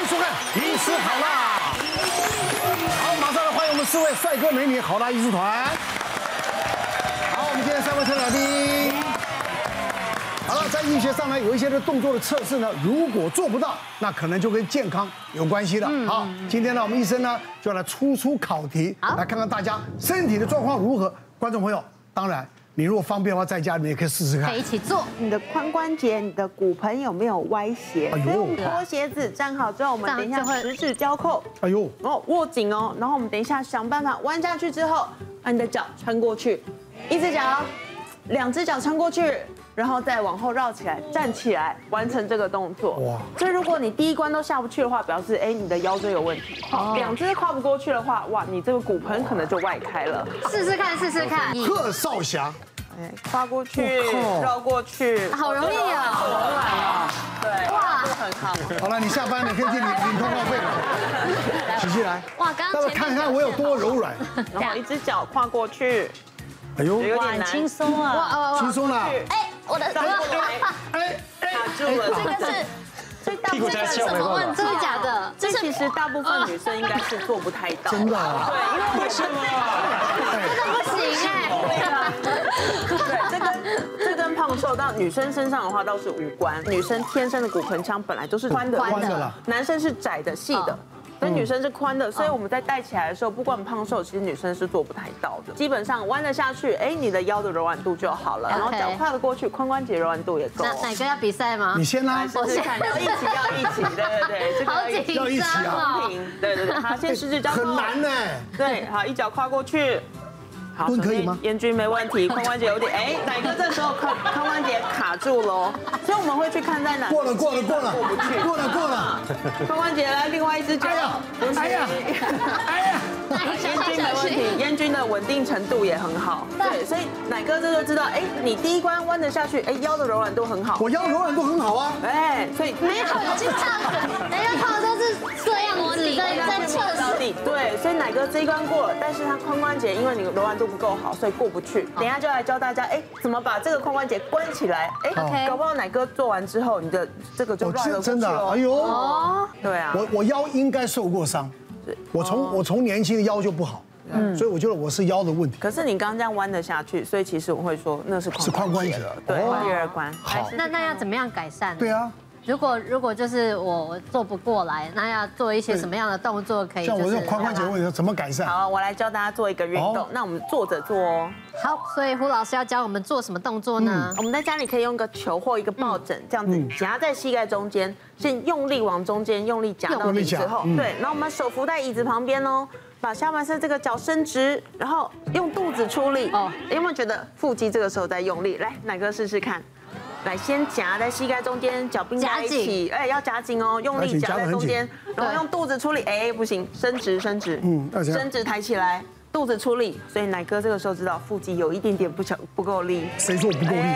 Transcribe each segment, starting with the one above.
收看《医师好辣》。好，马上来欢迎我们4位帅哥美女好辣医师团。好，我们今天3位特来宾。好了，在医学上呢，有一些的动作的测试呢，如果做不到，那可能就跟健康有关系了。好，今天呢，我们医生呢就来出考题，来看看大家身体的状况如何。观众朋友，当然。 你如果方便的话，在家里面也可以试试看。 可以一起做。 你的髋关节、你的骨盆有没有歪斜？所以我们脱鞋子站好之后，我们等一下十指交扣。 哎呦， 然后握紧哦，然后我们等一下想办法弯下去之后，把你的脚穿过去，一只脚、2只脚穿过去，然后再往后绕起来，站起来完成这个动作。哇！所以如果你第一关都下不去的话，表示你的腰椎有问题。2只跨不过去的话，哇，你这个骨盆可能就外开了。 试试看，试试看。 贺少霞。 跨过去，绕过去， 好容易啊， 好柔软哦。对，哇，很好。 好了，你下班了，可以去领通告费了。起起来。 哇，刚刚看看我有多柔软。 然后一只脚跨过去。 哎呦， 哇，很轻松啊！ 哇， 轻松了。 哎，我的卡住了，这个是。 所以大部分真的假的？ 这其实大部分女生应该是做不太到。 真的啊？ 对，因为为什么？ 真的不行哎。 对，这跟胖瘦到女生身上的话倒是无关。女生天生的骨盆腔本来都是宽的，男生是窄的、细的。 所以女生是宽的，所以我们在带起来的时候，不管胖瘦，其实女生是做不太到的。基本上弯得下去，你的腰的柔软度就好了，然后脚跨得过去，髋关节柔软度也够。 哪个要比赛吗？ 你先啦， 试试看，要一起，对，这个要一起啊， 对，好，先十指交扣。 很难呢。 对，好，一脚跨过去。 蹲可以吗？ 燕君没问题，髋关节有点哪个这时候髋关节卡住了，所以我们会去看在哪。过了， 过不去，过了。 髋关节来，另外一只脚。 哎呀， 燕君没问题，燕君的稳定程度也很好。对，所以奶哥这就知道，你第一关弯得下去，腰的柔软度很好。 我腰柔软度很好啊。 所以没有经常，人家胖都是这样子在测试。 对，所以奶哥这一关过了，但是他髋关节因为你柔软度不够好，所以过不去。等一下就来教大家，怎么把这个髋关节关起来。搞不好奶哥做完之后，你的这个就绕得过去真的，哎呦， 对啊， 我腰应该受过伤，我从年轻的腰就不好，所以我觉得我是腰的问题。 可是你刚刚这样弯得下去，所以其实我会说那是髋关节了，对，第2关。 好， 那要怎么样改善？ 对啊。 如果就是我做不过来，那要做一些什么样的动作可以？ 像我这种髋关节问题怎么改善？ 好，我来教大家做一个运动。那我们坐着做哦。 好，所以胡老师要教我们做什么动作呢？ 我们在家里可以用个球或一个抱枕，这样子夹在膝盖中间，先用力往中间用力夹到底之后，对，然后我们手扶在椅子旁边哦，把下半身这个脚伸直，然后用肚子出力。有没有觉得腹肌这个时候在用力？来，哪个试试看？ 来，先夹在膝盖中间，脚并在一起，要夹紧哦，用力夹在中间，然后用肚子出力，不行，伸直，伸直抬起来，肚子出力，所以奶哥这个时候知道腹肌有一点点不够力， 谁说我不够力？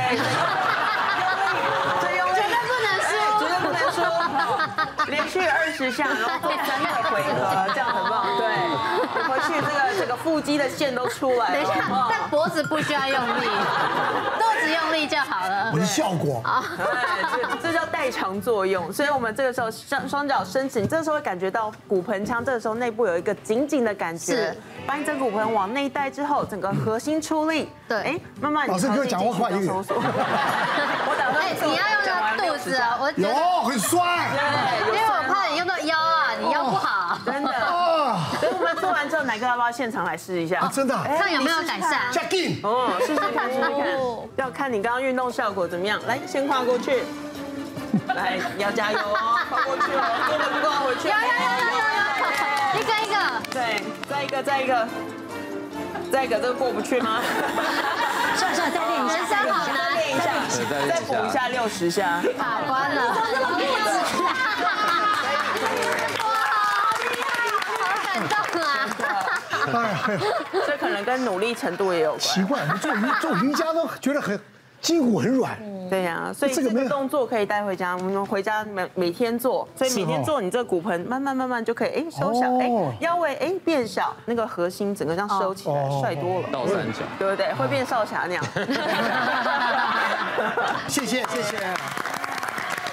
最用力，绝对不能说，连续20下，然后做3个回合，这样很棒，对，回去这个腹肌的线都出来了， 等一下，但脖子不需要用力，肚子用力就好了。 我的效果这叫代偿作用，所以我们这个时候双脚伸直，你这个时候会感觉到骨盆腔这个时候内部有一个紧紧的感觉，把你整个骨盆往内带之后，整个核心出力，对，慢慢老师给我讲话快一点， 我打算你要用到肚子啊，我有很帅， 对，因为我怕你用到腰啊，你腰不好， 真的。所以我们做完之后，奶哥要不要现场来试一下？ 真的， 看有没有改善？ 加劲试试看，要看你刚刚运动效果怎么样。来，先跨过去，来，你要加油哦，跨过去哦，做的不够回去。 有，一个一个， 对，再一个，这个过不去吗？ 算，再练一下， 再练一下，再补一下60下。 卡关了。 这可能跟努力程度也有关。 奇怪，我们做瑜伽都觉得筋骨很软。 对呀，所以这个动作可以带回家，我们回家每天做，所以每天做，你这个骨盆慢慢就可以收小，腰围变小，那个核心整个这样收起来，帅多了。 倒三角， 对不对？会变少侠那样。 谢谢。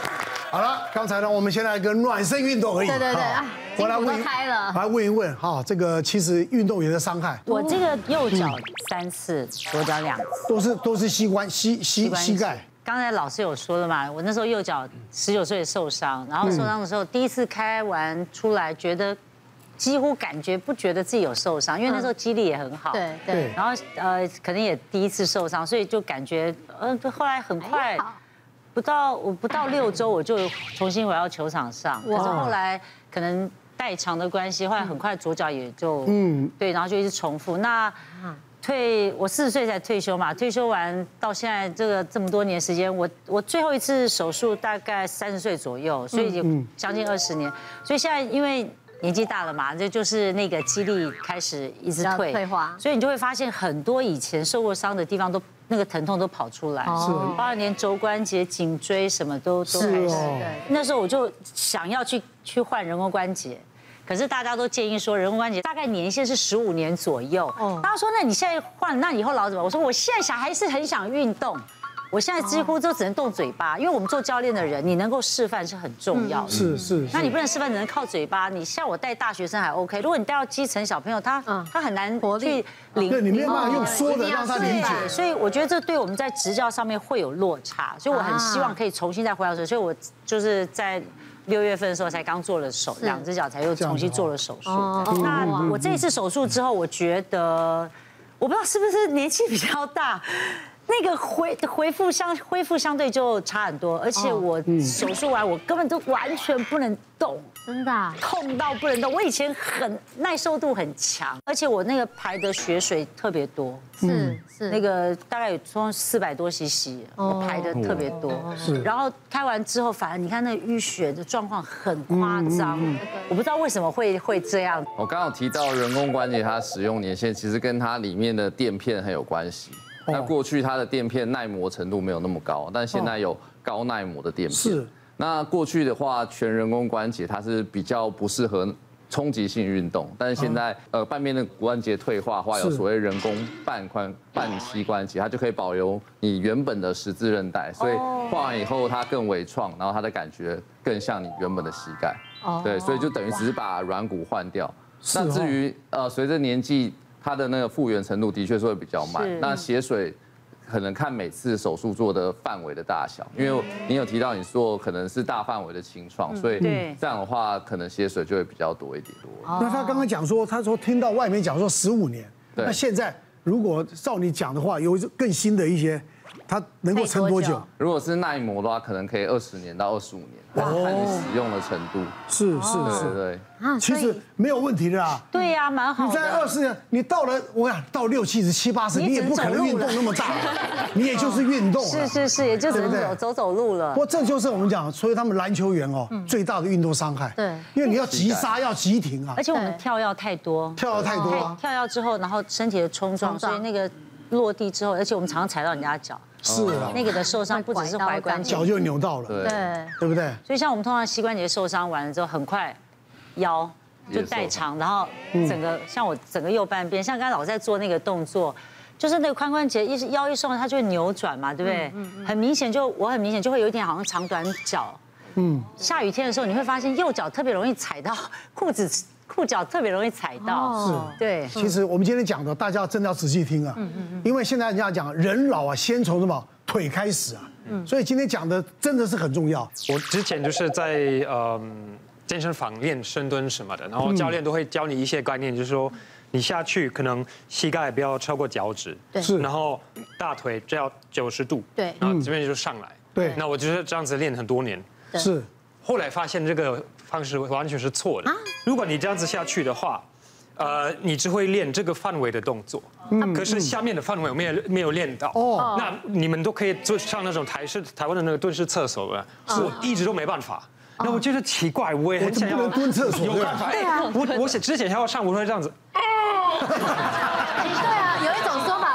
好了，刚才呢，我们先来个暖身运动而已。 对， 我来问开了， 来问一问哈，这个其实运动员的伤害， 我这个右脚3次，左脚2次， 都是膝盖。 刚才老师有说了嘛，我那时候右脚19岁受伤，然后受伤的时候第一次开完出来，觉得几乎不觉得自己有受伤，因为那时候肌力也很好。 对。 然后可能也第一次受伤，所以就感觉后来很快。不到6周我就重新回到球场上，可是后来可能代偿的关系，后来很快左脚也就对，然后就一直重复。那我40岁才退休嘛，退休完到现在这么多年时间，我最后一次手术大概30岁左右，所以也将近20年，所以现在因为年纪大了嘛，这就是那个肌力开始一直退化， 所以你就会发现很多以前受过伤的地方都。那个疼痛都跑出来，包括连肘关节、颈椎什么都开始。那时候我就想要去换人工关节，可是大家都建议说人工关节大概年限是15年左右。大家说那你现在换，那以后老怎么？我说我现在还是很想运动。我现在几乎都只能动嘴巴，因为我们做教练的人，你能够示范是很重要的。 是。 那你不能示范，只能靠嘴巴。你像我带大学生还 OK， 如果你带到基层小朋友，他很难去对，你没有办法用说的让他理解。 所以我觉得这对我们在执教上面会有落差，所以我很希望可以重新再回到手。所以我就是在6月份的时候才刚做了手，2只脚才又重新做了手术。那我这一次手术之后，我觉得我不知道是不是年纪比较大。那个恢复相对就差很多，而且我手术完我根本都完全不能动， 真的痛到不能动。我以前很耐受度很强，而且我那个排的血水特别多， 是那个大概有400多 cc， 我排的特别多。然后开完之后，反而你看那个淤血的状况很夸张，我不知道为什么会这样。 我刚刚提到人工关节它使用年限其实跟它里面的垫片很有关系。那过去它的垫片耐磨程度没有那么高，但现在有高耐磨的垫片。是。那过去的话，全人工关节它是比较不适合冲击性运动，但是现在半边的关节退化的话，有所谓人工半膝关节，它就可以保留你原本的十字韧带，所以换完以后它更微创，然后它的感觉更像你原本的膝盖。对，所以就等于只是把软骨换掉。那至于随着年纪。它的那个复原程度的确是会比较慢，那血水可能看每次手术做的范围的大小，因为你有提到你说可能是大范围的清创，所以这样的话可能血水就会比较多一点。 那他刚刚讲说，他说听到外面讲说15年，那现在如果照你讲的话，有更新的一些，它能够撑多久？ 如果是耐磨的话，可能可以20年到25年，看你使用的程度。 是，对。其实没有问题的啦。 对呀，蛮好的。 你在20年，你到了我想到60、70、70、80，你也不可能运动那么大，你也就是运动。 是，也就只能走路了。 不过这就是我们讲，所以他们篮球员最大的运动伤害。对，因为你要急刹，要急停啊。 而且我们跳跃太多， 跳跃之后，然后身体的冲撞，所以那个落地之后，而且我们常常踩到人家脚。 是啊， 那个的受伤不只是踝关节， 脚就扭到了，对不对？ 所以像我们通常膝关节受伤完了之后，很快腰就代偿，然后像我整个右半边，像刚才老师在做那个动作，就是那个髋关节腰一受伤，它就会扭转嘛，对不对？很明显我很明显就会有一点好像长短脚。下雨天的时候你会发现右脚特别容易踩到裤脚特别容易踩到， 是， 对。 其实我们今天讲的，大家真的要仔细听啊，因为现在人家讲人老啊，先从什么腿开始啊，所以今天讲的真的是很重要。 我之前就是在健身房练深蹲什么的，然后教练都会教你一些概念，就是说你下去可能膝盖不要超过脚趾， 是， 然后大腿就要90度， 对， 然后这边就上来， 对。 那我就是这样子练很多年， 是。 后来发现这个方式完全是错的。如果你这样子下去的话，你只会练这个范围的动作，可是下面的范围没有练到。那你们都可以做上那种台湾的那个蹲式厕所了，我一直都没办法。那我觉得奇怪，我也很想要蹲厕所， 有办法。我之前要上，我会这样子。 对啊，有一种说法说外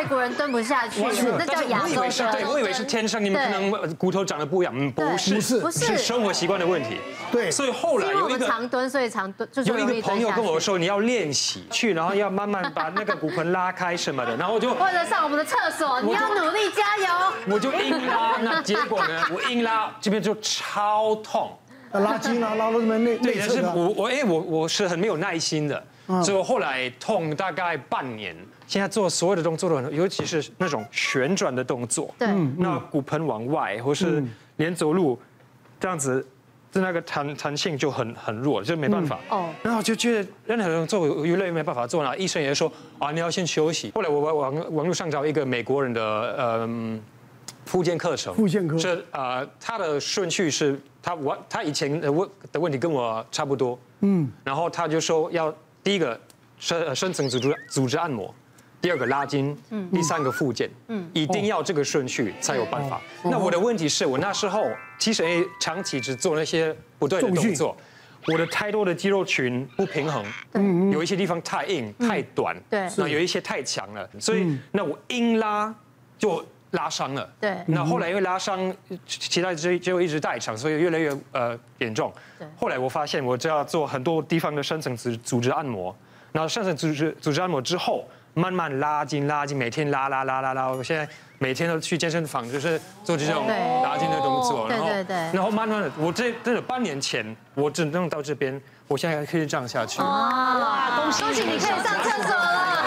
国人蹲不下去，那叫亚洲蹲。 对，我以为是天生，你们可能骨头长得不一样，不是，是生活习惯的问题。 对， 所以后来有一个长蹲，所以长蹲就是有一个朋友跟我说，你要练习去，然后要慢慢把那个骨盆拉开什么的，然后我就或者上我们的厕所，你要努力加油。 我就硬拉，那结果呢，我硬拉这边就超痛。 拉筋啊，拉到这边内侧。 对，但是我是很没有耐心的，所以我后来痛大概半年。现在做所有的动作都，尤其是那种旋转的动作， 对， 那骨盆往外，或是连走路这样子，那个弹性就很弱，就没办法。哦，然后就觉得任何动作越来越没办法做了，医生也说啊，你要先休息。后来我网络上找一个美国人的复健课程，是他的顺序是他以前的问题跟我差不多，然后他就说要第一个深层组织按摩。第二个拉筋，第三个复健，一定要这个顺序才有办法。那我的问题是我那时候其实长期只做那些不对的动作，我的太多的肌肉群不平衡，有一些地方太硬太短，对，那有一些太强了，所以那我硬拉就拉伤了。对，那后来因为拉伤，其他就一直代偿，所以越来越严重。后来我发现我就要做很多地方的深层组织按摩，然后深层组织按摩之后。慢慢拉筋，每天拉。我现在每天都去健身房，就是做这种拉筋的动作。然后慢慢的，我真的半年前我只弄到这边，我现在可以这样下去。 哇，恭喜你可以上厕所了。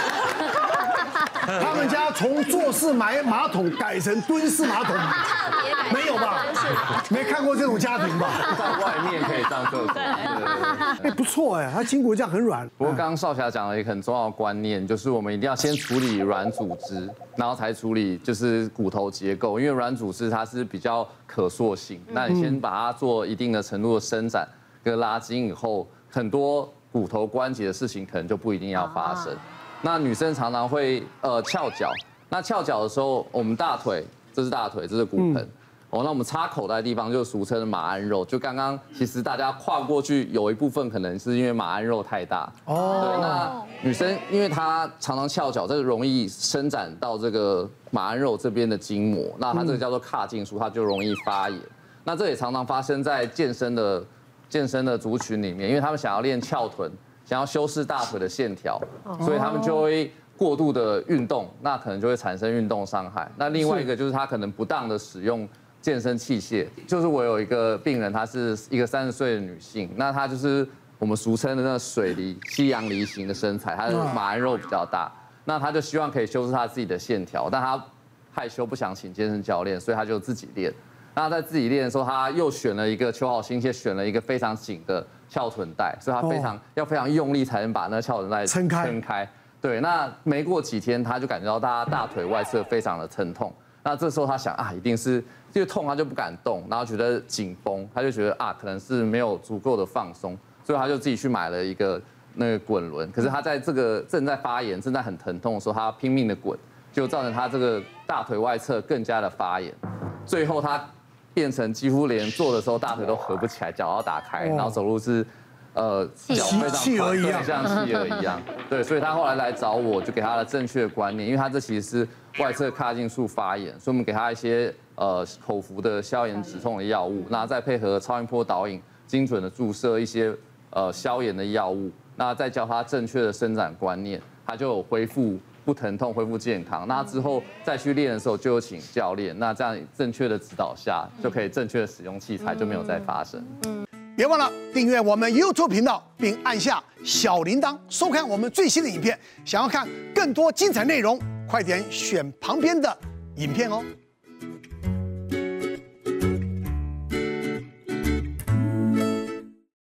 他们家从坐式马桶改成蹲式马桶，没有吧？没看过这种家庭吧？ 在外面可以上厕所。 哎，不错哎，他筋骨这样很软。 不过刚刚少侠讲了一个很重要的观念，就是我们一定要先处理软组织，然后才处理就是骨头结构，因为软组织它是比较可塑性。那你先把它做一定的程度的伸展跟拉筋以后，很多骨头关节的事情可能就不一定要发生。那女生常常会翘脚，那翘脚的时候，我们大腿，这是大腿，这是骨盆。那我们插口袋的地方就俗称的马鞍肉，就刚刚其实大家跨过去有一部分可能是因为马鞍肉太大。对，那女生因为她常常翘脚，这个容易伸展到这个马鞍肉这边的筋膜，那它这个叫做髂胫束，它就容易发炎。那这也常常发生在健身的族群里面，因为他们想要练翘臀。想要修饰大腿的线条，所以他们就会过度的运动，那可能就会产生运动伤害。那另外一个就是他可能不当的使用健身器械，就是我有一个病人，她是一个30岁的女性，那她就是我们俗称的那个水梨西洋梨型的身材，她的马鞍肉比较大，那她就希望可以修饰她自己的线条，但她害羞不想请健身教练，所以她就自己练。那在自己练的时候，她又选了一个求好心切，选了一个非常紧的翘臀带，所以她非常用力才能把那翘臀带撑开。对，那没过几天，她就感觉到她大腿外侧非常的疼痛。那这时候她想啊，一定是因为痛，她就不敢动，然后觉得紧绷，她就觉得啊，可能是没有足够的放松，所以她就自己去买了一个那个滚轮。可是她在这个正在发炎、正在很疼痛的时候，她拼命的滚，就造成她这个大腿外侧更加的发炎，最后她变成几乎连坐的时候大腿都合不起来，脚要打开，然后走路是脚非常企鹅一样， 像企鹅一样。对，所以他后来来找我，就给他了正确的观念，因为他这其实是外侧髂胫束发炎，所以我们给他一些口服的消炎止痛的药物，那再配合超音波导引，精准的注射一些消炎的药物，那再教他正确的伸展观念，他就有恢复不疼痛，恢复健康。那之后再去练的时候，就有请教练，那这样正确的指导下，就可以正确的使用器材，就没有再发生。 别忘了订阅我们 YouTube 频道，并按下小铃铛，收看我们最新的影片。想要看更多精彩内容，快点选旁边的影片哦。